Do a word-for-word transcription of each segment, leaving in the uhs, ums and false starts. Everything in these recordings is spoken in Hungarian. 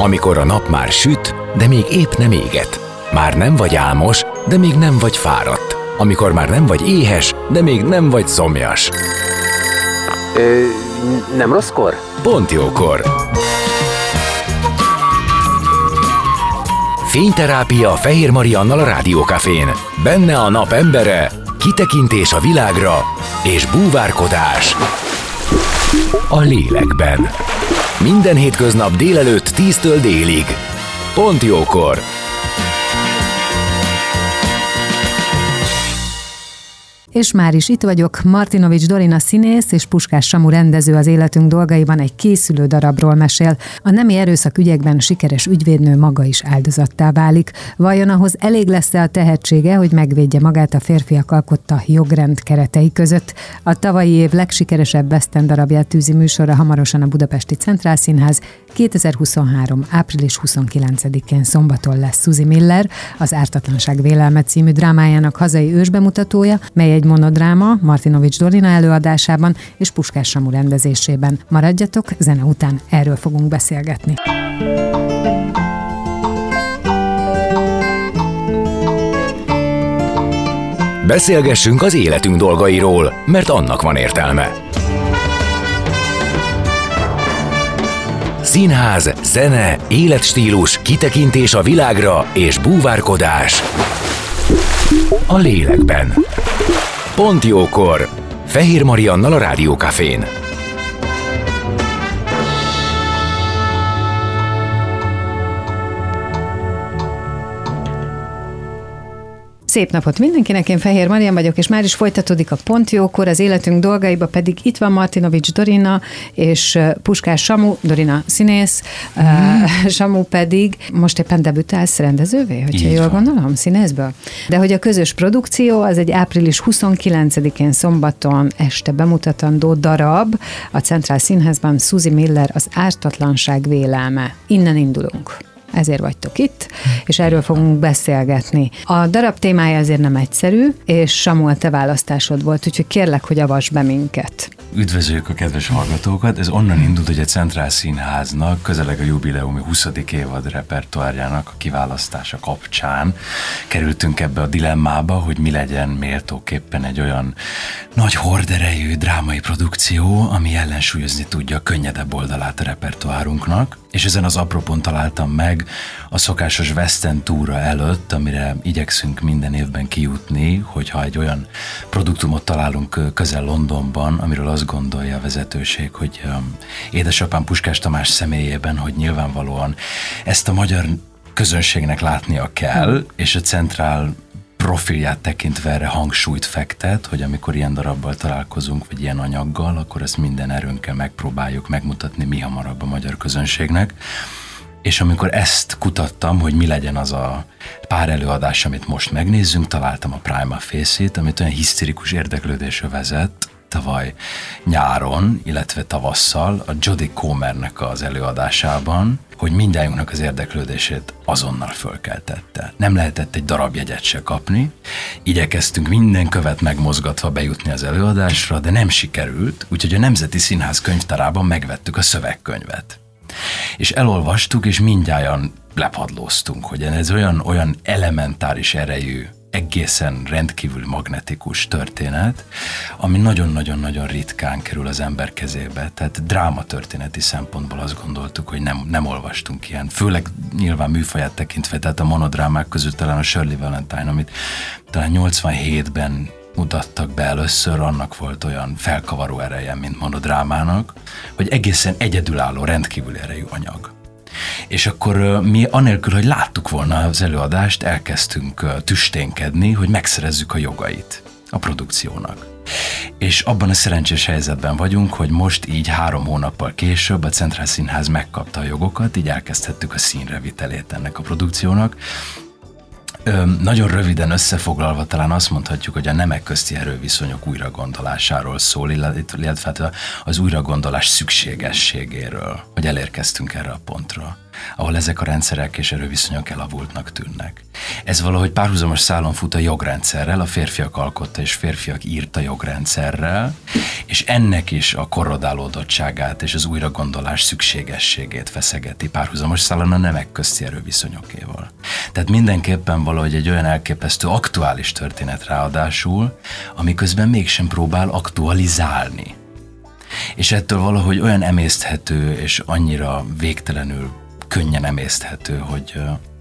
Amikor a nap már süt, de még épp nem éget. Már nem vagy álmos, de még nem vagy fáradt. Amikor már nem vagy éhes, de még nem vagy szomjas. Ö, nem rosszkor? Pont jókor. Fényterápia Fehér Mariannal a Rádiókafén. Benne a nap embere, kitekintés a világra és búvárkodás a lélekben. Minden hétköznap délelőtt tíztől délig. Pont jókor. És már is itt vagyok, Martinovics Dorina színész és Puskás Samu rendező az életünk dolgaiban egy készülő darabról mesél. A nemi erőszak ügyekben sikeres ügyvédnő maga is áldozattá válik. Vajon ahhoz elég lesz-e a tehetsége, hogy megvédje magát a férfiak alkotta jogrend keretei között? A tavalyi év legsikeresebb western darabját tűzi műsorra hamarosan a Budapesti Centrál Színház. kétezer-huszonhárom. április huszonkilencedikén szombaton lesz Suzy Miller, az Ártatlanság vélelme című drámájának hazai ősbemutatója, mely egy monodráma Martinovics Dorina előadásában és Puskás Samu rendezésében. Maradjatok, zene után erről fogunk beszélgetni. Beszélgessünk az életünk dolgairól, mert annak van értelme. Színház, zene, életstílus, kitekintés a világra és búvárkodás a lélekben. Pont jókor. Fehér Mariannal a Rádiókafén. Szép napot mindenkinek, én Fehér Marian vagyok, és már is folytatódik a Pont jókor, az életünk dolgaiba pedig itt van Martinovics Dorina és Puskás Samu, Dorina színész, mm. uh, Samu pedig most éppen debütálsz rendezővé, hogyha jól gondolom, színészből. De hogy a közös produkció, az egy április huszonkilencedikén szombaton este bemutatandó darab, a Centrál Színházban Suzy Miller, az Ártatlanság vélelme. Innen indulunk. Ezért vagytok itt, és erről fogunk beszélgetni. A darab témája azért nem egyszerű, és Samu, a te választásod volt, úgyhogy kérlek, hogy avass be minket. Üdvözöljük a kedves hallgatókat! Ez onnan indult, hogy a Centrál Színháznak közeleg a jubileumi huszadik évad repertoárjának a kiválasztása kapcsán kerültünk ebbe a dilemmába, hogy mi legyen méltóképpen egy olyan nagy horderejű drámai produkció, ami ellensúlyozni tudja a könnyedebb oldalát a repertoárunknak, és ezen az apropón találtam meg a szokásos western túra előtt, amire igyekszünk minden évben kijutni, hogyha egy olyan produktumot találunk közel Londonban, amiről azt gondolja a vezetőség, hogy um, édesapám Puskás Tamás személyében, hogy nyilvánvalóan ezt a magyar közönségnek látnia kell, és a Centrál profilját tekintve erre hangsúlyt fektet, hogy amikor ilyen darabbal találkozunk, vagy ilyen anyaggal, akkor ezt minden erőnkkel megpróbáljuk megmutatni mi hamarabb a magyar közönségnek. És amikor ezt kutattam, hogy mi legyen az a pár előadás, amit most megnézzünk, találtam a Prima Facie-t, amit olyan hisztérikus érdeklődésre vezet tavaly nyáron, illetve tavasszal a Jodie Comernek az előadásában, hogy mindjájunknak az érdeklődését azonnal fölkeltette. Nem lehetett egy darabjegyet se kapni, igyekeztünk minden követ megmozgatva bejutni az előadásra, de nem sikerült, úgyhogy a Nemzeti Színház könyvtárában megvettük a szövegkönyvet. És elolvastuk, és mindjárt lepadlóztunk, hogy ez olyan, olyan elementáris erejű, egészen rendkívül magnetikus történet, ami nagyon-nagyon-nagyon ritkán kerül az ember kezébe. Tehát drámatörténeti szempontból azt gondoltuk, hogy nem, nem olvastunk ilyen. Főleg nyilván műfaját tekintve, tehát a monodrámák közül talán a Shirley Valentine, amit talán nyolcvanhétben mutattak be először, annak volt olyan felkavaró ereje, mint monodrámának, hogy egészen egyedülálló, rendkívül erejű anyag. És akkor mi anélkül, hogy láttuk volna az előadást, elkezdtünk tüsténkedni, hogy megszerezzük a jogait a produkciónak. És abban a szerencsés helyzetben vagyunk, hogy most így három hónappal később a Centrál Színház megkapta a jogokat, így elkezdhettük a színrevitelét ennek a produkciónak. Ö, nagyon röviden összefoglalva talán azt mondhatjuk, hogy a nemek közti erőviszonyok újragondolásáról szól, illetve az újragondolás szükségességéről, hogy elérkeztünk erre a pontra. ahol ezek a rendszerek és erőviszonyok elavultnak tűnnek. Ez valahogy párhuzamos szálon fut a jogrendszerrel, a férfiak alkotta és férfiak írta jogrendszerrel, és ennek is a korrodálódottságát és az újragondolás szükségességét feszegeti párhuzamos szálon a nemek közti erőviszonyokéval. Tehát mindenképpen valahogy egy olyan elképesztő aktuális történet ráadásul, ami közben mégsem próbál aktualizálni. És ettől valahogy olyan emészthető és annyira végtelenül könnyen emészthető, hogy,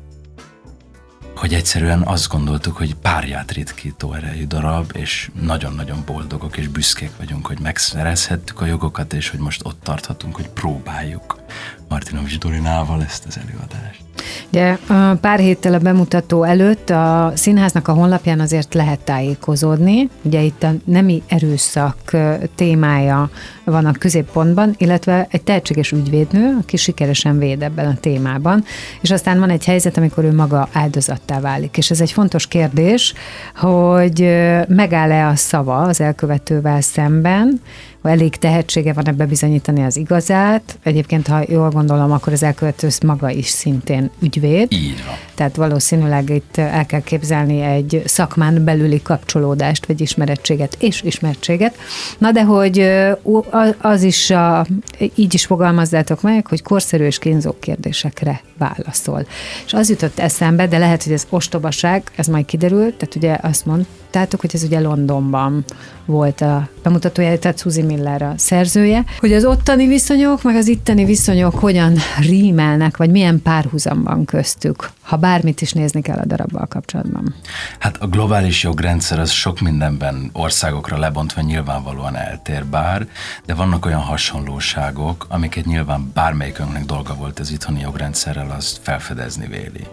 hogy egyszerűen azt gondoltuk, hogy párját ritkító erejű darab, és nagyon-nagyon boldogok és büszkék vagyunk, hogy megszerezhettük a jogokat, és hogy most ott tarthatunk, hogy próbáljuk Martinovics Dorinával ezt az előadást. Ugye pár héttel a bemutató előtt a színháznak a honlapján azért lehet tájékozódni. Ugye itt a nemi erőszak témája van a középpontban, illetve egy tehetséges ügyvédnő, aki sikeresen véd ebben a témában, és aztán van egy helyzet, amikor ő maga áldozattá válik. És ez egy fontos kérdés, hogy megáll-e a szava az elkövetővel szemben, elég tehetsége van ebbe bizonyítani az igazát. Egyébként, ha jól gondolom, akkor az elkövető maga is szintén ügyvéd. Így van. Tehát valószínűleg itt el kell képzelni egy szakmán belüli kapcsolódást, vagy ismerettséget és ismertséget. Na de hogy az is, a, így is fogalmazzátok meg, hogy korszerű és kínzó kérdésekre válaszol. És az jutott eszembe, de lehet, hogy ez ostobaság, ez majd kiderült, tehát ugye azt mondtátok, hogy ez ugye Londonban volt a bemutatója, tehát Suzy Miller a szerzője, hogy az ottani viszonyok, meg az itteni viszonyok hogyan rímelnek, vagy milyen párhuzamban köztük, ha bármit is nézni kell a darabbal kapcsolatban. Hát a globális jogrendszer az sok mindenben országokra lebontva nyilvánvalóan eltér bár, de vannak olyan hasonlóságok, amiket nyilván bármelyikünknek dolga volt az itthoni jogrendszerrel, azt felfedezni véli.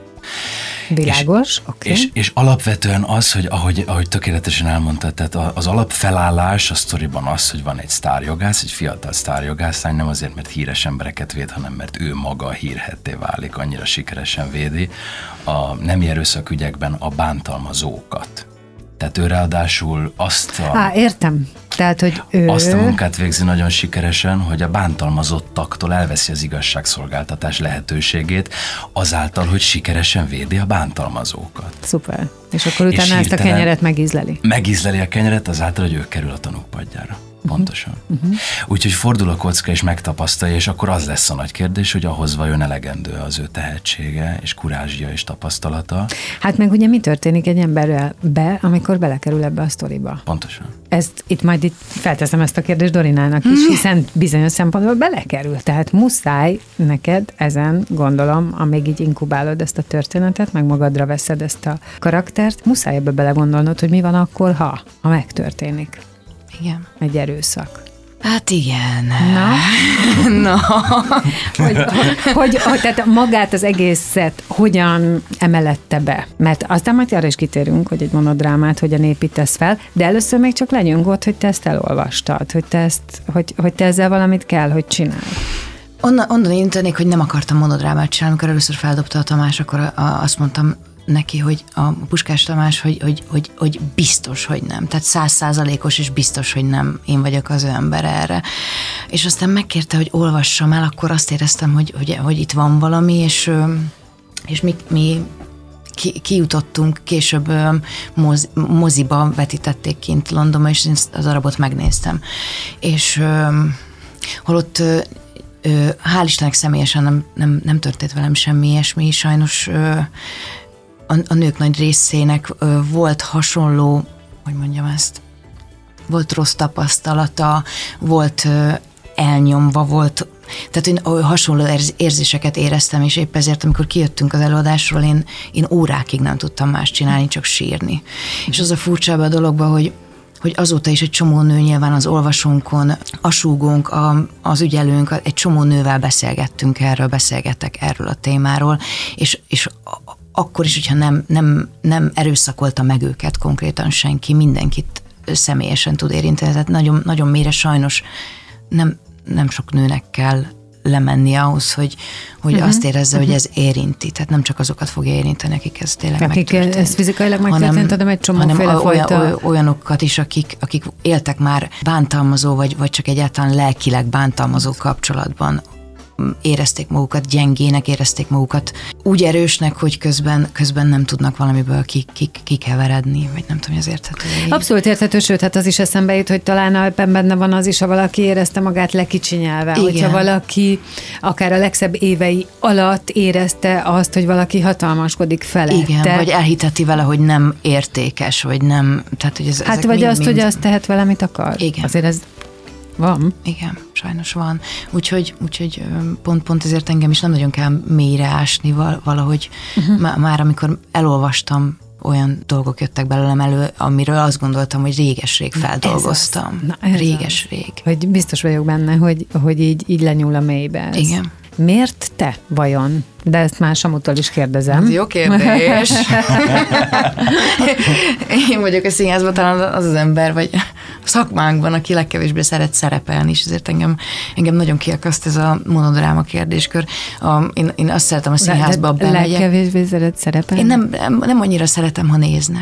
Világos, oké. És, és alapvetően az, hogy ahogy, ahogy tökéletesen elmondtad, tehát az alapfelállás a sztoriban az, hogy van egy sztárjogász, egy fiatal sztárjogász, nem azért, mert híres embereket véd, hanem mert ő maga hírhedté válik, annyira sikeresen védi a nemi erőszakügyekben a bántalmazókat. Tehát ő ráadásul azt a... Á, értem. Tehát, hogy ő... Azt a munkát végzi nagyon sikeresen, hogy a bántalmazottaktól elveszi az igazságszolgáltatás lehetőségét, azáltal, hogy sikeresen védi a bántalmazókat. Szuper. És akkor utána és ezt a kenyeret megízleli. Megízleli a kenyeret azáltal, hogy ő kerül a tanúk padjára. Pontosan. Uh-huh. Úgyhogy fordul a kocka és megtapasztalja, és akkor az lesz a nagy kérdés, hogy ahhoz vajon elegendő az ő tehetsége, és kurázsia, és tapasztalata. Hát meg ugye mi történik egy emberrel be, amikor belekerül ebbe a sztoriba? Pontosan. Ezt itt majd itt felteszem ezt a kérdést Dorinának is, hiszen bizonyos szempontból belekerül. Tehát muszáj neked ezen, gondolom, amíg így inkubálod ezt a történetet, meg magadra veszed ezt a karaktert, muszáj ebbe belegondolnod, hogy mi van akkor, ha, ha megtörténik. Igen. Egy erőszak. Hát igen. Na? Na. hogy, hogy, hogy, tehát magát az egészet hogyan emelette be? Mert aztán majd arra is kitérünk, hogy egy monodrámát hogyan építesz fel, de először még csak legyünk ott, hogy te ezt elolvastad, hogy te, ezt, hogy, hogy te ezzel valamit kell, hogy csinálj. Onnan, onnan indítanék, hogy nem akartam monodrámát csinálni, amikor először feldobta a Tamás, akkor a, a, azt mondtam neki, hogy a Puskás Tamás, hogy, hogy, hogy, hogy biztos, hogy nem. Tehát száz százalékos és biztos, hogy nem én vagyok az ő ember erre. És aztán megkérte, hogy olvassam el, akkor azt éreztem, hogy, hogy, hogy itt van valami, és, és mi, mi ki, kijutottunk, később moz, moziba vetítették kint Londonban, és én az darabot megnéztem. És holott hál' Istennek személyesen nem, nem, nem történt velem semmi ilyesmi, sajnos A, a nők nagy részének ö, volt hasonló, hogy mondjam ezt, volt rossz tapasztalata, volt ö, elnyomva, volt, tehát én ö, hasonló érzéseket éreztem, és épp ezért, amikor kijöttünk az előadásról, én, én órákig nem tudtam más csinálni, csak sírni. Mm. És az a furcsább a dologban, hogy hogy azóta is egy csomó nő, nyilván az olvasónkon, a súgónk, a, az ügyelőnk, egy csomó nővel beszélgettünk erről, beszélgettek erről a témáról, és, és akkor is, hogyha nem, nem, nem erőszakolta meg őket konkrétan senki, mindenkit személyesen tud érinteni, tehát nagyon, nagyon mélyre sajnos nem, nem sok nőnek kell lemenni ahhoz, hogy, hogy uh-huh. azt érezze, uh-huh. hogy ez érinti. Tehát nem csak azokat fogja érinteni, akik ez tényleg akik megtörtént. ez fizikailag megtörtént, hanem egy csomóféle fajta... Olyan, olyanokat is, akik, akik éltek már bántalmazó, vagy, vagy csak egyáltalán lelkileg bántalmazó kapcsolatban, érezték magukat gyengének, érezték magukat úgy erősnek, hogy közben, közben nem tudnak valamiből kikeveredni, ki, vagy nem tudom, hogy az érthető. Abszolút érthető, sőt, hát az is eszembe jut, hogy talán ebben benne van az is, ha valaki érezte magát lekicsinyelve, igen. Hogyha valaki akár a legszebb évei alatt érezte azt, hogy valaki hatalmaskodik felette. Igen, vagy elhiteti vele, hogy nem értékes, vagy nem, tehát hogy ez, hát vagy mind, azt, mind... hogy azt tehet vele, amit akar. Igen. Azért ez van. Igen, sajnos van. Úgyhogy, úgyhogy pont, pont ezért engem is nem nagyon kell mélyre ásni valahogy. Uh-huh. Már, már amikor elolvastam, olyan dolgok jöttek belőlem elő, amiről azt gondoltam, hogy réges-rég feldolgoztam. Réges-rég. Hogy biztos vagyok benne, hogy, hogy így, így lenyúl a mélybe ez. Igen. Miért te vajon? De ezt már Samutól is kérdezem. Ez jó kérdés. Én vagyok a színházban talán az az ember, vagy a szakmánkban, aki legkevésbé szeret szerepelni, és ezért engem, engem nagyon kiakaszt ez a monodráma kérdéskör. A, én, én azt szeretem a színházba bemegyek. Legkevésbé szeret szerepelni? Én nem, nem annyira szeretem, ha néznek.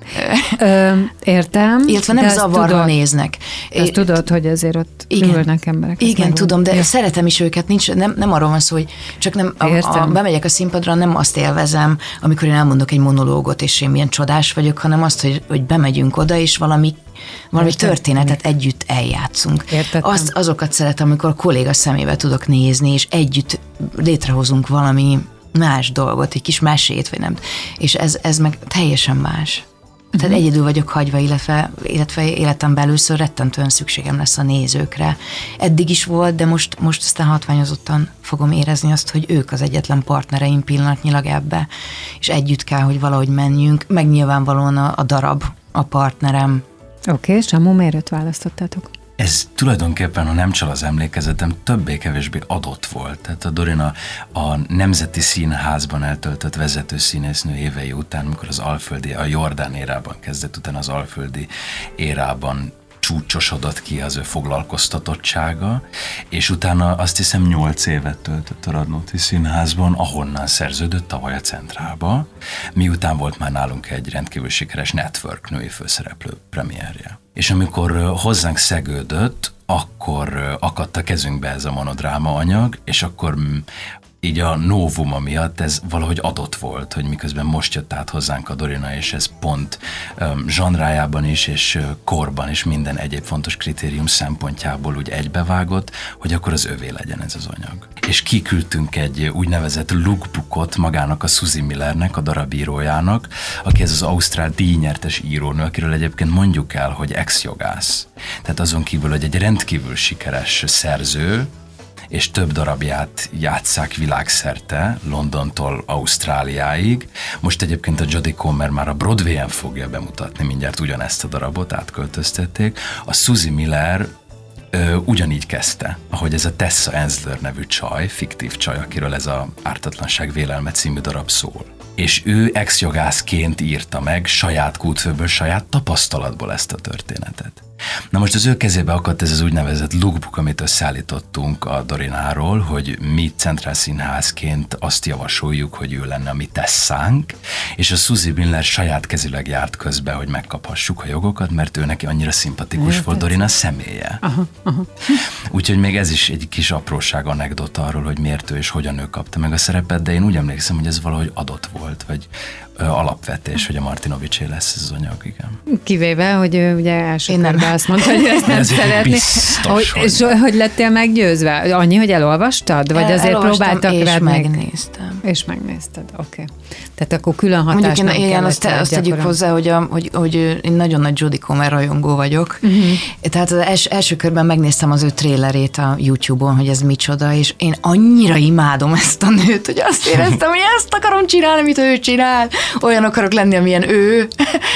Ö, értem. Illetve nem zavarra tudod, néznek. Ezt tudod, hogy azért ott igen, ülnek emberek. Igen, tudom, de ja. szeretem is őket, nincs, nem, nem arról van szó, hogy csak nem, a, a, bemegyek a színpadra, nem azt élvezem, amikor én elmondok egy monológot, és én milyen csodás vagyok, hanem azt, hogy, hogy bemegyünk oda, és valami, valami Értem. történetet együtt eljátszunk. Azt, azokat szeretem, amikor a kolléga szemébe tudok nézni, és együtt létrehozunk valami más dolgot, egy kis mesét, vagy nem. És ez, ez meg teljesen más. Tehát uh-huh. egyedül vagyok hagyva, illetve, illetve életem belülször rettentően szükségem lesz a nézőkre. Eddig is volt, de most, most aztán hatványozottan fogom érezni azt, hogy ők az egyetlen partnereim pillanatnyilag ebbe, és együtt kell, hogy valahogy menjünk. Meg nyilvánvalóan a, a darab, a partnerem. Oké, okay, Samu, miért őt választottátok? Ez tulajdonképpen, ha nem csal az emlékezetem, többé-kevésbé adott volt. Tehát a Dorina a Nemzeti Színházban eltöltött vezető színésznő évei után, amikor az Alföldi, a Jordán érában kezdett, utána az Alföldi érában csúcsosodott ki az ő foglalkoztatottsága, és utána azt hiszem nyolc évet töltött a Radnóti Színházban, ahonnan szerződött tavaly a Centrálba, miután volt már nálunk egy rendkívül sikeres Network női főszereplő premierje. És amikor hozzánk szegődött, akkor akadt a kezünkbe ez a monodráma anyag, és akkor így a novuma miatt ez valahogy adott volt, hogy miközben most jött át hozzánk a Dorina, és ez pont um, zsanrájában is, és uh, korban is minden egyéb fontos kritérium szempontjából úgy egybevágott, hogy akkor az övé legyen ez az anyag. És kiküldtünk egy úgynevezett lookbookot magának a Suzy Millernek, a darabírójának, aki ez az ausztrál díjnyertes írónő, akiről egyébként mondjuk el, hogy ex-jogász. Tehát azon kívül, hogy egy rendkívül sikeres szerző, és több darabját játsszák világszerte, Londontól Ausztráliáig. Most egyébként a Jodie Comer már a Broadwayen fogja bemutatni, mindjárt ugyanezt a darabot átköltöztették. A Suzy Miller ö, ugyanígy kezdte, ahogy ez a Tessa Ensler nevű csaj, fiktív csaj, akiről ez a Ártatlanság vélelme című darab szól. És ő ex-jogászként írta meg saját kútfőből, saját tapasztalatból ezt a történetet. Na most az ő kezébe akadt ez az úgynevezett lookbook, amit összeállítottunk a Dorináról, hogy mi Centrál Színházként azt javasoljuk, hogy ő lenne a mi tesszánk, és a Suzy Miller saját kezüleg járt közbe, hogy megkaphassuk a jogokat, mert ő neki annyira szimpatikus Érted. volt Dorina személye. Aha, aha. Úgyhogy még ez is egy kis apróság anekdota arról, hogy miért ő és hogyan ő kapta meg a szerepet, de én úgy emlékszem, hogy ez valahogy adott volt, vagy ö, alapvetés, hogy a Martinovicsé lesz ez az anyag, igen. Kivéve, hogy ő ugye első körben azt mondta, hogy ezt nem szeretné. Biztos, hogy, hogy... És hogy lettél meggyőzve? Annyi, hogy elolvastad? Vagy El, azért próbáltak és rád megnéztem. Meg... És megnézted, oké. Okay. Tehát akkor külön hatás Mondjuk nem én, kellett. Azt, azt tegyük hozzá, hogy, a, hogy, hogy én nagyon nagy Jodie Comer rajongó vagyok. Uh-huh. Tehát az els, első körben megnéztem az ő trélerét a YouTube-on, hogy ez micsoda, és én annyira imádom ezt a nőt, hogy azt éreztem, hogy ezt akarom csinálni, amit ő csinál. Olyan akarok lenni, amilyen ő.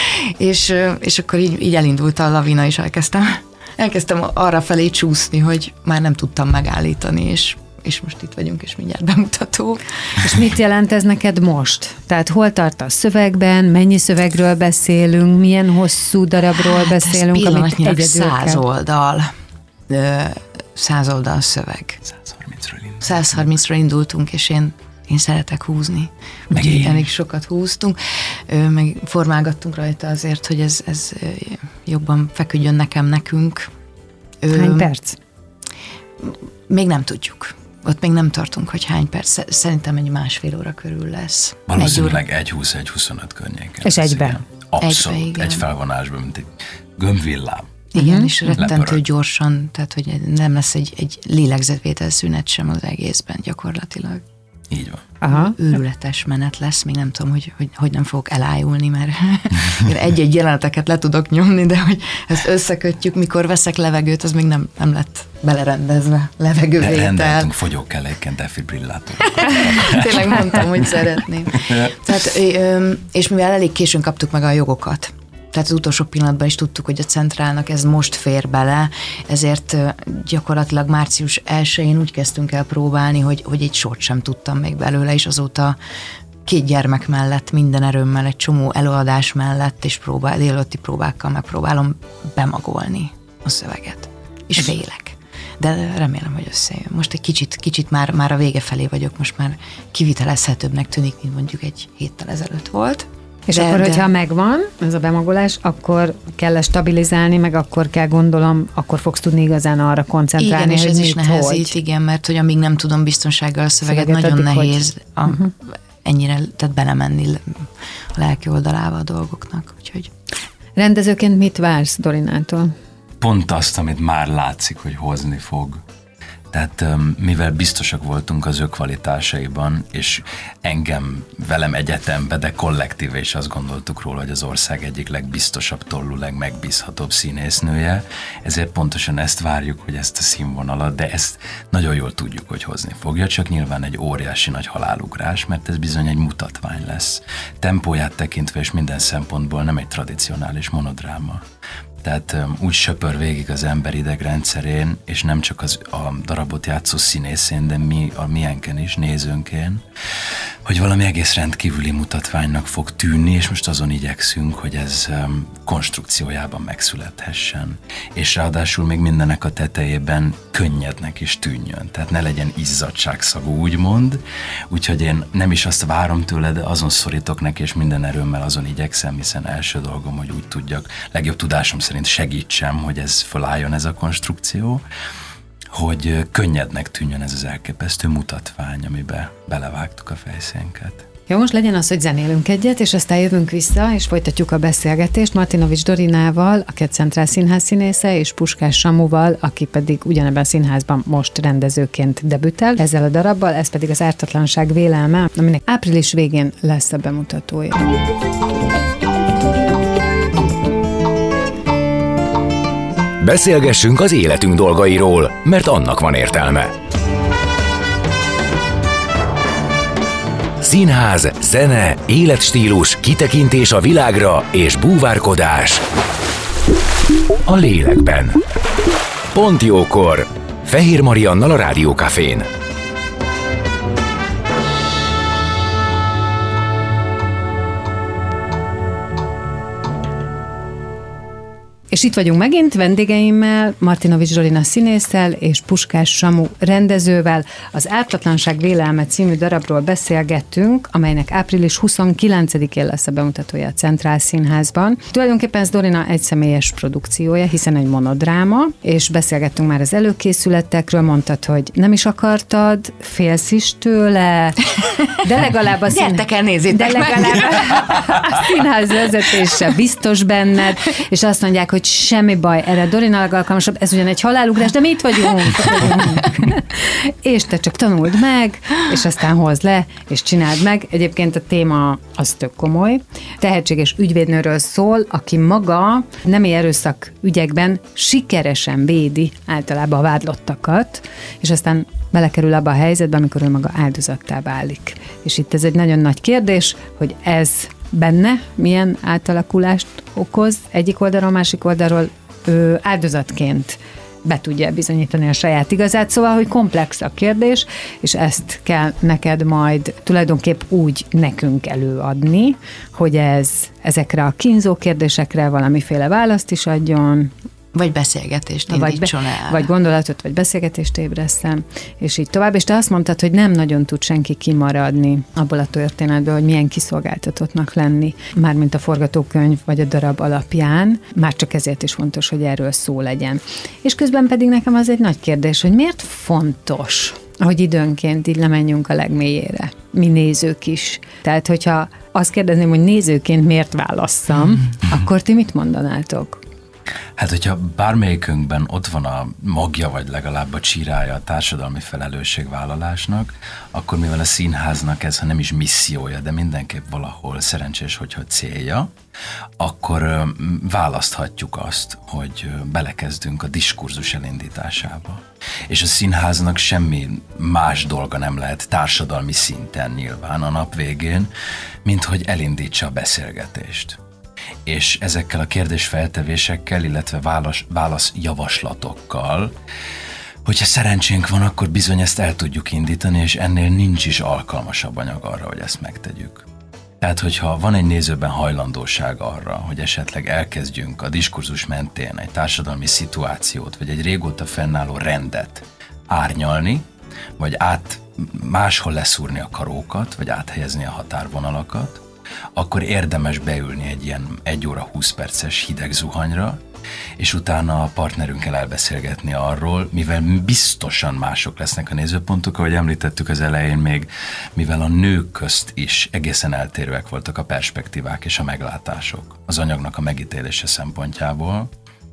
és, és akkor így, így elindult a lavina, és elkezdtem, elkezdtem arra felé csúszni, hogy már nem tudtam megállítani, és és most itt vagyunk, és mindjárt bemutató. És mit jelent ez neked most? Tehát hol tart a szövegben, mennyi szövegről beszélünk, milyen hosszú darabról hát beszélünk, amit egyedül száz oldal, száz oldal szöveg. száz harmincra indultunk, és én, én szeretek húzni. Úgyhogy elég sokat húztunk, meg formálgattunk rajta azért, hogy ez, ez jobban feküdjön nekem, nekünk. Hány perc? Még nem tudjuk. ott még nem tartunk, hogy hány perc, szerintem egy másfél óra körül lesz. Valószínűleg egy húsz egy huszonöt környéken. És egyben? Abszolút, egybe, egy felvonásban, mint egy gömbvillám. Igen, uh-huh. és rettentő Lepörög. gyorsan, tehát hogy nem lesz egy, egy lélegzetvétel szünet sem az egészben gyakorlatilag. Így van. Aha. Őrületes menet lesz, még nem tudom, hogy, hogy, hogy nem fogok elájulni, mert egy-egy jeleneteket le tudok nyomni, de hogy ezt összekötjük, mikor veszek levegőt, az még nem, nem lett belerendezve levegővétel. De rendeltünk fogyókelléken defibrillátorokat. Tényleg mondtam, hogy szeretném. Tehát, és mivel elég későn kaptuk meg a jogokat, tehát az utolsó pillanatban is tudtuk, hogy a centrálnak ez most fér bele, ezért gyakorlatilag március elsején úgy kezdtünk el próbálni, hogy, hogy egy sort sem tudtam még belőle, és azóta két gyermek mellett, minden erőmmel, egy csomó előadás mellett, és próbál, délelőtti próbákkal megpróbálom bemagolni a szöveget. És félek. De remélem, hogy összejön. Most egy kicsit, kicsit már, már a vége felé vagyok, most már kivitelezhetőbbnek tűnik, mint mondjuk egy héttel ezelőtt volt. És de, akkor, de... hogyha megvan ez a bemagolás, akkor kell stabilizálni, meg akkor kell gondolom, akkor fogsz tudni igazán arra koncentrálni, igen, és hogy ez mit, is nehezít, hogy. igen, mert hogy amíg nem tudom biztonsággal a szöveget, Szöveget nagyon addig, nehéz hogy... a, uh-huh. ennyire, tehát belemenni a lelki oldalába a dolgoknak. Úgyhogy... Rendezőként mit vársz Dorinától? Pont azt, amit már látszik, hogy hozni fog. Tehát mivel biztosak voltunk az ő kvalitásaiban, és engem, velem egyetembe, de kollektíve is azt gondoltuk róla, hogy az ország egyik legbiztosabb tollú, legmegbízhatóbb színésznője, ezért pontosan ezt várjuk, hogy ezt a színvonalat, de ezt nagyon jól tudjuk, hogy hozni fogja, csak nyilván egy óriási nagy halálugrás, mert ez bizony egy mutatvány lesz. Tempóját tekintve és minden szempontból nem egy tradicionális monodráma. Tehát um, úgy söpör végig az ember idegrendszerén, és nem csak az, a darabot játszó színészén, de mi a miénken is, nézőnkén, hogy valami egész rendkívüli mutatványnak fog tűnni, és most azon igyekszünk, hogy ez um, konstrukciójában megszülethessen. És ráadásul még mindennek a tetejében könnyednek is tűnjön, tehát ne legyen izzadságszagú, úgymond. Úgyhogy én nem is azt várom tőle, de azon szorítok neki, és minden erőmmel azon igyekszem, hiszen első dolgom, hogy úgy tudjak, legjobb tudásom szerint segítsem, hogy ez fölálljon ez a konstrukció, hogy könnyednek tűnjön ez az elképesztő mutatvány, amiben belevágtuk a fejszénket. Jó, most legyen az, hogy zenélünk egyet, és aztán jövünk vissza, és folytatjuk a beszélgetést Martinovics Dorinával, aki a Centrál Színház színésze, és Puskás Samuval, aki pedig ugyanebben a színházban most rendezőként debütál ezzel a darabbal, ez pedig az Ártatlanság vélelme, aminek április végén lesz a bemutatója. Beszélgessünk az életünk dolgairól, mert annak van értelme. Színház, zene, életstílus, kitekintés a világra és búvárkodás a lélekben. Pont jókor! Fehér Mariannal a Rádiókafén. És itt vagyunk megint vendégeimmel, Martinovics Dorina színésszel és Puskás Samu rendezővel. Az Ártatlanság vélelme című darabról beszélgettünk, amelynek április huszonkilencedikén lesz a bemutatója a Centrál Színházban. Tulajdonképpen ez Dorina egyszemélyes produkciója, hiszen egy monodráma, és beszélgettünk már az előkészületekről, mondtad, hogy nem is akartad, félsz is tőle, de legalább a, szín... el, nézzétek de legalább a színház vezetése biztos benned, és azt mondják, hogy semmi baj, erre Dorina alkalmasabb, ez ugyan egy halálugrás, de mi itt vagyunk. És te csak tanuld meg, és aztán hozd le, és csináld meg. Egyébként a téma az tök komoly. Tehetséges ügyvédnőről szól, aki maga nemi erőszak ügyekben sikeresen védi általában a vádlottakat, és aztán belekerül abba a helyzetbe, amikor ő maga áldozattá válik. És itt ez egy nagyon nagy kérdés, hogy ez benne milyen átalakulást okoz, egyik oldalról, másik oldalról ő áldozatként be tudja bizonyítani a saját igazát, szóval, hogy komplex a kérdés, és ezt kell neked majd tulajdonképp úgy nekünk előadni, hogy ez ezekre a kínzó kérdésekre valamiféle választ is adjon, vagy beszélgetést indítson el. Vagy gondolatot, vagy beszélgetést ébresztem, és így tovább. És te azt mondtad, hogy nem nagyon tud senki kimaradni abból a történetből, hogy milyen kiszolgáltatottnak lenni, mármint a forgatókönyv vagy a darab alapján, már csak ezért is fontos, hogy erről szó legyen. És közben pedig nekem az egy nagy kérdés, hogy miért fontos hogy időnként így lemenjünk a legmélyére, mi nézők is. Tehát, hogyha azt kérdezném, hogy nézőként miért válasszam, akkor ti mit mondanátok? Hát, hogyha bármelyikünkben ott van a magja, vagy legalább a csírája a társadalmi felelősségvállalásnak, akkor mivel a színháznak ez, ha nem is missziója, de mindenképp valahol szerencsés, hogyha célja, akkor választhatjuk azt, hogy belekezdünk a diskurzus elindításába. És a színháznak semmi más dolga nem lehet társadalmi szinten nyilván a nap végén, mint hogy elindítsa a beszélgetést. És ezekkel a kérdésfeltevésekkel, illetve válasz, válaszjavaslatokkal, hogyha szerencsénk van, akkor bizony ezt el tudjuk indítani, és ennél nincs is alkalmasabb anyag arra, hogy ezt megtegyük. Tehát, hogyha van egy nézőben hajlandóság arra, hogy esetleg elkezdjünk a diskurzus mentén egy társadalmi szituációt, vagy egy régóta fennálló rendet árnyalni, vagy át máshol leszúrni a karókat, vagy áthelyezni a határvonalakat, akkor érdemes beülni egy ilyen egy óra húsz perces hideg zuhanyra, és utána a partnerünkkel elbeszélgetni arról, mivel biztosan mások lesznek a nézőpontok, ahogy említettük az elején még, mivel a nők közt is egészen eltérőek voltak a perspektívák és a meglátások az anyagnak a megítélése szempontjából,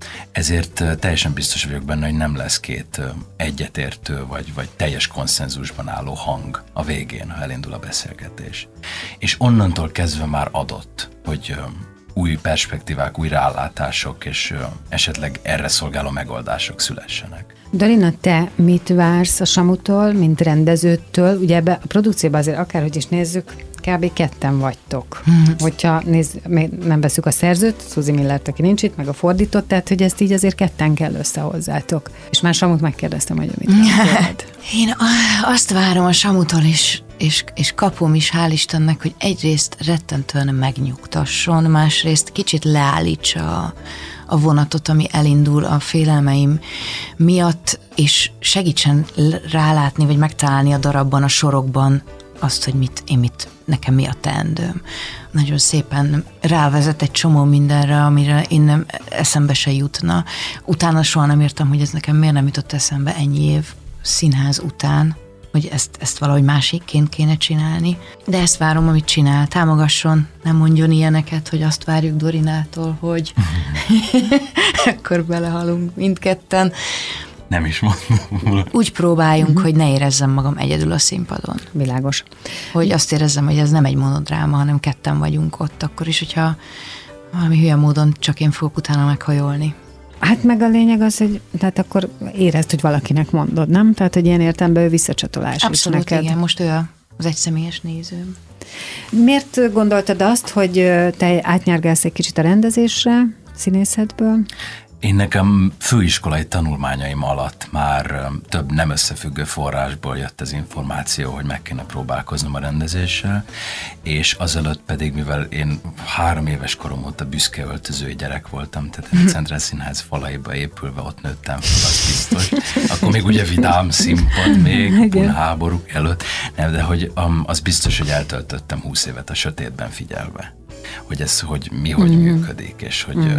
ezért teljesen biztos vagyok benne, hogy nem lesz két egyetértő vagy, vagy teljes konszenzusban álló hang a végén, ha elindul a beszélgetés. És onnantól kezdve már adott, hogy új perspektívák, új rálátások és esetleg erre szolgáló megoldások szülessenek. Darina, te mit vársz a Samutól, mint rendezőtől? Ugye ebbe a produkcióban azért akárhogy is nézzük, kb. Ketten vagytok. Hmm. Hogyha nézz, nem veszük a szerzőt, Suzy Millert, aki nincs itt, meg a fordított, tehát hogy ezt így azért ketten kell összehozzátok. És már Samut megkérdeztem, hogy mit várod. Én azt várom a Samutól is, és, és kapom is, hál' Istennek, hogy egyrészt rettentően megnyugtasson, másrészt kicsit leállítsa a, a vonatot, ami elindul a félelmeim miatt, és segítsen rálátni, vagy megtalálni a darabban, a sorokban azt, hogy mit, én mit, nekem mi a teendőm. Nagyon szépen rávezet egy csomó mindenre, amire én nem, eszembe se jutna. Utána soha nem értem, hogy ez nekem miért nem jutott eszembe ennyi év színház után, hogy ezt, ezt valahogy másikként kéne csinálni. De ezt várom, amit csinál. Támogasson, nem mondjon ilyeneket, hogy azt várjuk Dorinától, hogy akkor belehalunk mindketten. Nem is mondom. Úgy próbáljunk, uh-huh. hogy ne érezzem magam egyedül a színpadon. Világos. Hogy azt érezzem, hogy ez nem egy monodráma, hanem ketten vagyunk ott, akkor is, hogyha valami hülye módon csak én fogok utána meghajolni. Hát meg a lényeg az, hogy tehát akkor érezd, hogy valakinek mondod, nem? Tehát, hogy ilyen értelemben ő visszacsatolás Abszolút, is neked. igen, most ő az egyszemélyes nézőm. Miért gondoltad azt, hogy te átnyárgálsz egy kicsit a rendezésre, színészetből? Én nekem főiskolai tanulmányaim alatt már több nem összefüggő forrásból jött az információ, hogy meg kéne próbálkoznom a rendezéssel, és azelőtt pedig, mivel én három éves korom óta büszke öltözői gyerek voltam, tehát a Centrál Színház falaiba épülve ott nőttem fel, az biztos. Akkor még ugye vidám színpad még, a háborúk előtt, nem, de hogy um, az biztos, hogy eltöltöttem húsz évet a sötétben figyelve, hogy ez hogy mi, hogy mm. működik, és hogy mm.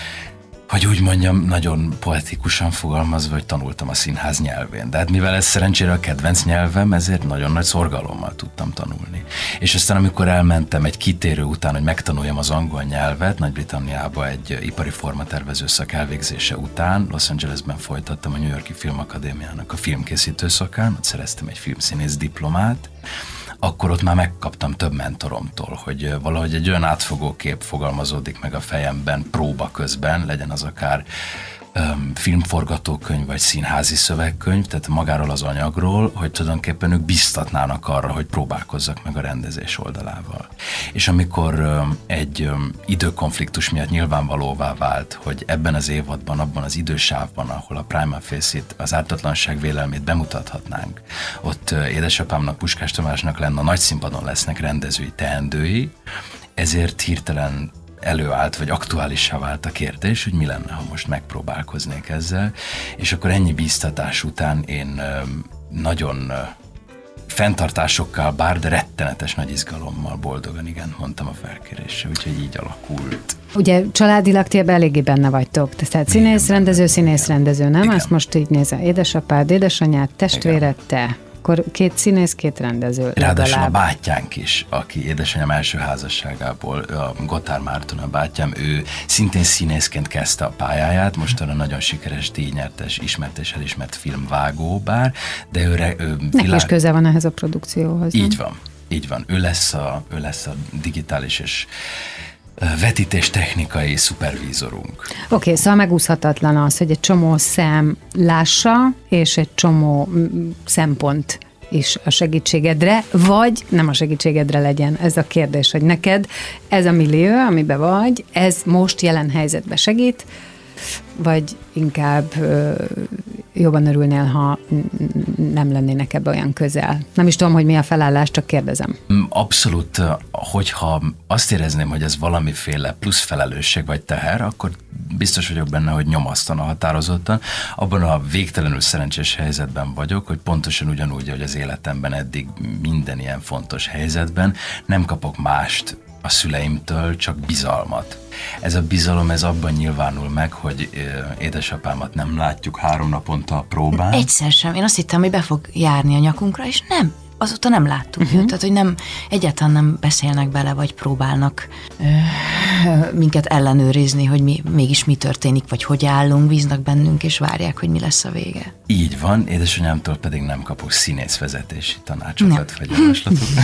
hogy úgy mondjam, nagyon poetikusan fogalmazva, hogy tanultam a színház nyelvén. De hát mivel ez szerencsére a kedvenc nyelvem, ezért nagyon nagy szorgalommal tudtam tanulni. És aztán amikor elmentem egy kitérő után, hogy megtanuljam az angol nyelvet, Nagy-Britanniába egy ipari formatervező szak elvégzése után, Los Angelesben folytattam a New York-i Filmakadémiának a filmkészítő szakán, ott szereztem egy filmszínész diplomát, akkor ott már megkaptam több mentoromtól, hogy valahogy egy olyan átfogó kép fogalmazódik meg a fejemben próba közben, legyen az akár um, filmforgatókönyv vagy színházi szövegkönyv, tehát magáról az anyagról, hogy tulajdonképpen ők biztatnának arra, hogy próbálkozzak meg a rendezés oldalával. És amikor um, egy um, időkonfliktus miatt nyilvánvalóvá vált, hogy ebben az évadban, abban az idősávban, ahol a Prima Facie-t, az ártatlanság vélelmét bemutathatnánk, ott uh, édesapámnak, Puskás Tamásnak lenne, a nagy színpadon lesznek rendezői teendői, ezért hirtelen előállt, vagy aktuálissá vált a kérdés, hogy mi lenne, ha most megpróbálkoznék ezzel, és akkor ennyi bíztatás után én nagyon fenntartásokkal, bár de rettenetes nagy izgalommal, boldogan igent mondtam a felkérésre, úgyhogy így alakult. Ugye családilag ti ebben eléggé benne vagytok, tehát színész, rendező, színész, rendező, nem? Igen. Azt most így nézel, édesapád, édesanyád, testvéred, te. akkor két színész, két rendező. Ráadásul legalább. a bátyánk is, aki édesanyám első házasságából, a Gotthár Márton a bátyám, ő szintén színészként kezdte a pályáját, mostanra nagyon sikeres, díjnyertes, ismert és elismert filmvágó bár, de ő, ő Neki világ... is köze van ehhez a produkcióhoz. Így nem? van, így van. Ő lesz a, ő lesz a digitális és vetítés technikai szupervízorunk. Oké, okay, szóval megúszhatatlan az, hogy egy csomó szem lássa, és egy csomó szempont is a segítségedre, vagy nem a segítségedre legyen. Ez a kérdés, hogy neked ez a millió, amiben vagy, ez most jelen helyzetben segít, vagy inkább ö, jobban örülnél, ha nem lennének ebbe olyan közel. Nem is tudom, hogy mi a felállás, csak kérdezem. Abszolút, hogyha azt érezném, hogy ez valamiféle plusz felelősség vagy teher, akkor biztos vagyok benne, hogy nyomasztana határozottan. Abban a végtelenül szerencsés helyzetben vagyok, hogy pontosan ugyanúgy, hogy az életemben eddig minden ilyen fontos helyzetben nem kapok mást a szüleimtől, csak bizalmat. Ez a bizalom, ez abban nyilvánul meg, hogy édesapámat nem látjuk három naponta a próbán. Egyszer sem. Én azt hittem, hogy be fog járni a nyakunkra, és nem. Azóta nem láttuk uh-huh. őt. Tehát, hogy nem, egyáltalán nem beszélnek bele, vagy próbálnak ö, minket ellenőrizni, hogy mi, mégis mi történik, vagy hogy állunk, bíznak bennünk, és várják, hogy mi lesz a vége. Így van, édesanyámtól pedig nem kapok színészvezetési tanácsokat, vagy javaslatokat.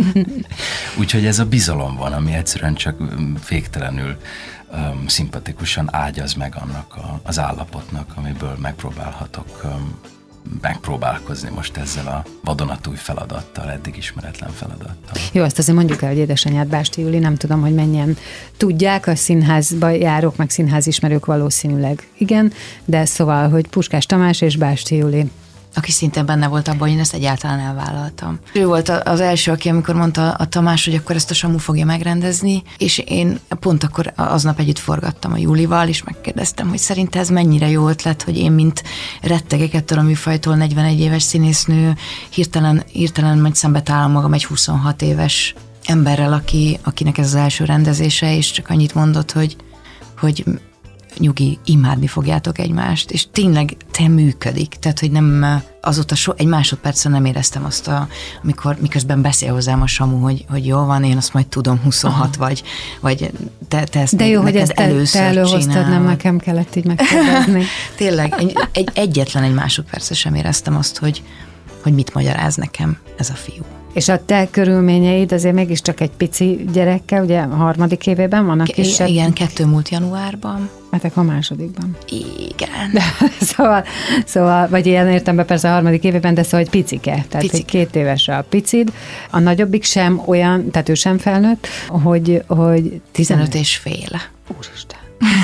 Úgyhogy ez a bizalom van, ami egyszerűen csak végtelenül um, szimpatikusan ágyaz meg annak a, az állapotnak, amiből megpróbálhatok um, megpróbálkozni most ezzel a vadonatúj feladattal, eddig ismeretlen feladattal. Jó, azt azért mondjuk el, hogy édesanyád Básti Júli, nem tudom, hogy mennyien tudják, a színházba járok, meg színházismerők valószínűleg igen, de szóval, hogy Puskás Tamás és Básti Júli. Aki szintén benne volt abban, hogy én ezt egyáltalán elvállaltam. Ő volt az első, aki amikor mondta a Tamás, hogy akkor ezt a Samu fogja megrendezni, és én pont akkor aznap együtt forgattam a Júlival, és megkérdeztem, hogy szerinte ez mennyire jó ötlet, hogy én, mint rettegek ettől a műfajtól negyvenegy éves színésznő, hirtelen, hirtelen majd szembe találom magam egy huszonhat éves emberrel, aki, akinek ez az első rendezése, és csak annyit mondott, hogy, hogy nyugi, imádni fogjátok egymást, és tényleg te működik, tehát, hogy nem azóta so, egy másodpercen nem éreztem azt, a, amikor miközben beszél hozzám a Samu, hogy, hogy jó van, én azt majd tudom, huszonhat vagy, vagy te, te ezt de jó, hogy ezt először te előhoztad, csinálod. nem nekem kellett így megkérdezni. Tényleg, egy, egy, egyetlen egy másodpercre sem éreztem azt, hogy, hogy mit magyaráz nekem ez a fiú. És a te körülményeid azért mégiscsak egy pici gyerekkel, ugye a harmadik évében van a kisebb? Igen, kettő múlt januárban. Hát a másodikban. Igen. De, szóval, szóval, vagy ilyen értemben persze a harmadik évében, de szóval egy picike, tehát Picike. egy két éves a picid. A nagyobbik sem olyan, tehát ő sem felnőtt, hogy, hogy tizenöt és fél. Úristen.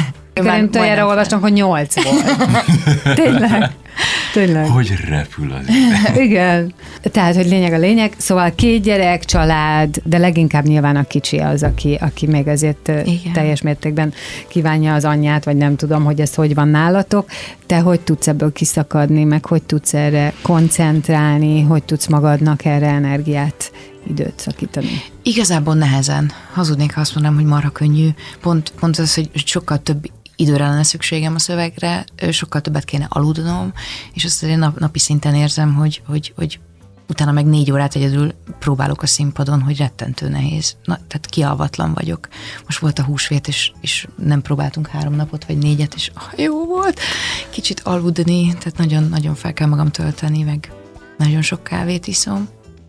Már Én erre olvastam, hogy nyolc volt. Tényleg. Tényleg. Hogy repül az Igen. Tehát, hogy lényeg a lényeg. Szóval két gyerek, család, de leginkább nyilván a kicsi az, aki, aki még azért Igen. teljes mértékben kívánja az anyját, vagy nem tudom, hogy ez hogy van nálatok. Te hogy tudsz ebből kiszakadni, meg hogy tudsz erre koncentrálni, hogy tudsz magadnak erre energiát, időt szakítani? Igazából nehezen. Hazudnék, ha azt mondanám, hogy marha könnyű. Pont, pont az, hogy sokkal több időre lenne szükségem a szövegre, sokkal többet kéne aludnom, és azt én nap, napi szinten érzem, hogy, hogy, hogy utána meg négy órát egyedül próbálok a színpadon, hogy rettentő nehéz. Na, tehát kialvatlan vagyok. Most volt a húsvét, és, és nem próbáltunk három napot, vagy négyet, és ah, jó volt. Kicsit aludni, tehát nagyon-nagyon fel kell magam tölteni, meg nagyon sok kávét iszom.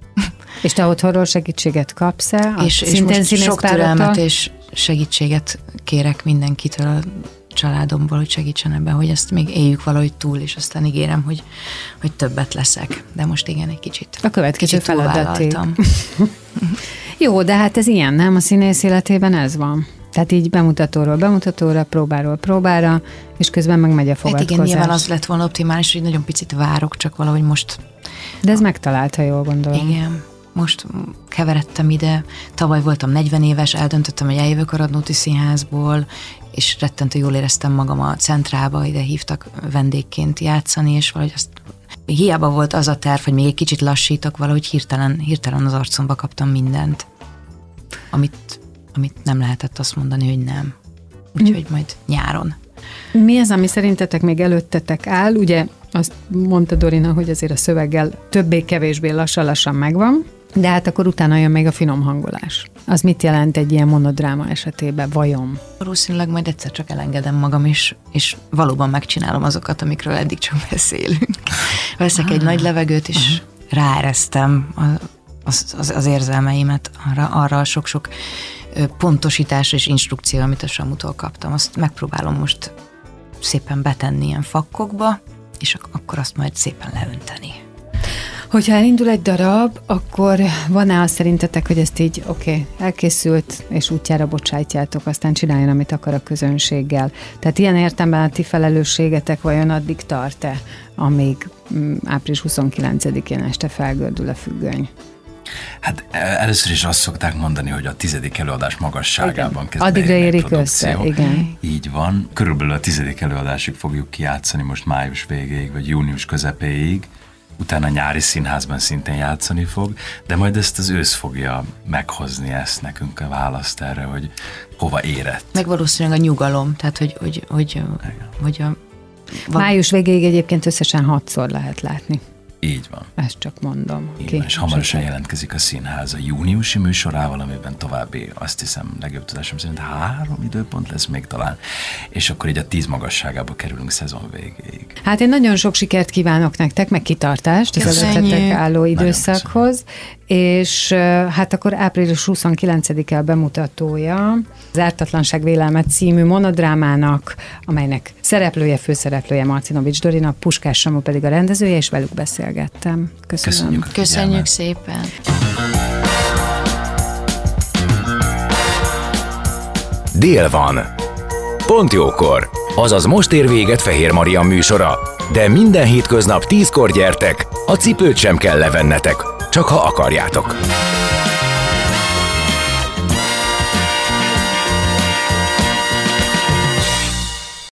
És te otthonról segítséget kapsz-e? És, és most sok türelmet és segítséget kérek mindenkitől a családomból, hogy segítsen ebben, hogy ezt még éljük valahogy túl, és aztán ígérem, hogy, hogy többet leszek. De most igen, egy kicsit. A következő feladatig. Jó, de hát ez ilyen, nem? A színész életében ez van. Tehát így bemutatóról bemutatóra, próbáról próbára, és közben meg megy a fogadkozás. Hát igen, nyilván az lett volna optimális, hogy nagyon picit várok, csak valahogy most... De ez megtalálta, jól gondolom. Igen. Most keveredtem ide, tavaly voltam negyven éves, eldöntöttem, hogy eljövök a Radnóti Színházból, és rettentő jól éreztem magam a Centrába, ide hívtak vendégként játszani, és valahogy azt hiába volt az a terv, hogy még egy kicsit lassítok, valahogy hirtelen, hirtelen az arcomba kaptam mindent, amit, amit nem lehetett azt mondani, hogy nem. Úgyhogy majd nyáron. Mi az, ami szerintetek még előttetek áll? Ugye azt mondta Dorina, hogy azért a szöveggel többé-kevésbé lassan-lassan megvan, de hát akkor utána jön még a finom hangolás. Az mit jelent egy ilyen monodráma esetében, vajon? Valószínűleg majd egyszer csak elengedem magam is, és valóban megcsinálom azokat, amikről eddig csak beszélünk. Veszek egy nagy levegőt, és ráeresztem az, az, az érzelmeimet arra, arra a sok-sok pontosítás és instrukció, amit a Samutól kaptam. Azt megpróbálom most szépen betenni ilyen fakkokba, és ak- akkor azt majd szépen leönteni. Hogyha elindul egy darab, akkor van-e azt szerintetek, hogy ezt így oké, okay, elkészült, és útjára bocsájtjátok, aztán csináljon, amit akar a közönséggel. Tehát ilyen értelemben a ti felelősségetek vajon addig tart-e, amíg április huszonkilencedikén este felgördül a függöny? Hát először is azt szokták mondani, hogy a tizedik előadás magasságában kezd addigra beérni érik a produkció. össze, igen. Így van. Körülbelül a tizedik előadásig fogjuk kijátszani, most május végéig, vagy június közepéig. Utána nyári színházban szintén játszani fog, de majd ezt az ősz fogja meghozni ezt nekünk a választ erre, hogy hova érett. Meg valószínűleg a nyugalom, tehát hogy, hogy, hogy, hogy a... Van... Május végéig egyébként összesen hatszor lehet látni. Így van. Ezt csak mondom. Így van, és hamarosan jelentkezik a színház a júniusi műsorával, amiben további, azt hiszem, legjobb tudásom szerint három időpont lesz még talán, és akkor így a tíz magasságába kerülünk szezon végéig. Hát én nagyon sok sikert kívánok nektek, meg kitartást az előttetek álló időszakhoz, és hát akkor április huszonkilencedike a bemutatója az Ártatlanság vélelme című monodrámának, amelynek szereplője, főszereplője Martinovics Dorina, Puskás Samu pedig a rendezője, és velük beszélgettem. Köszönöm. Köszönjük, Köszönjük szépen. Dél van. Pont jókor. Azaz most ér véget Fehér Marian műsora. De minden hétköznap tízkor gyertek, a cipőt sem kell levennetek, csak ha akarjátok.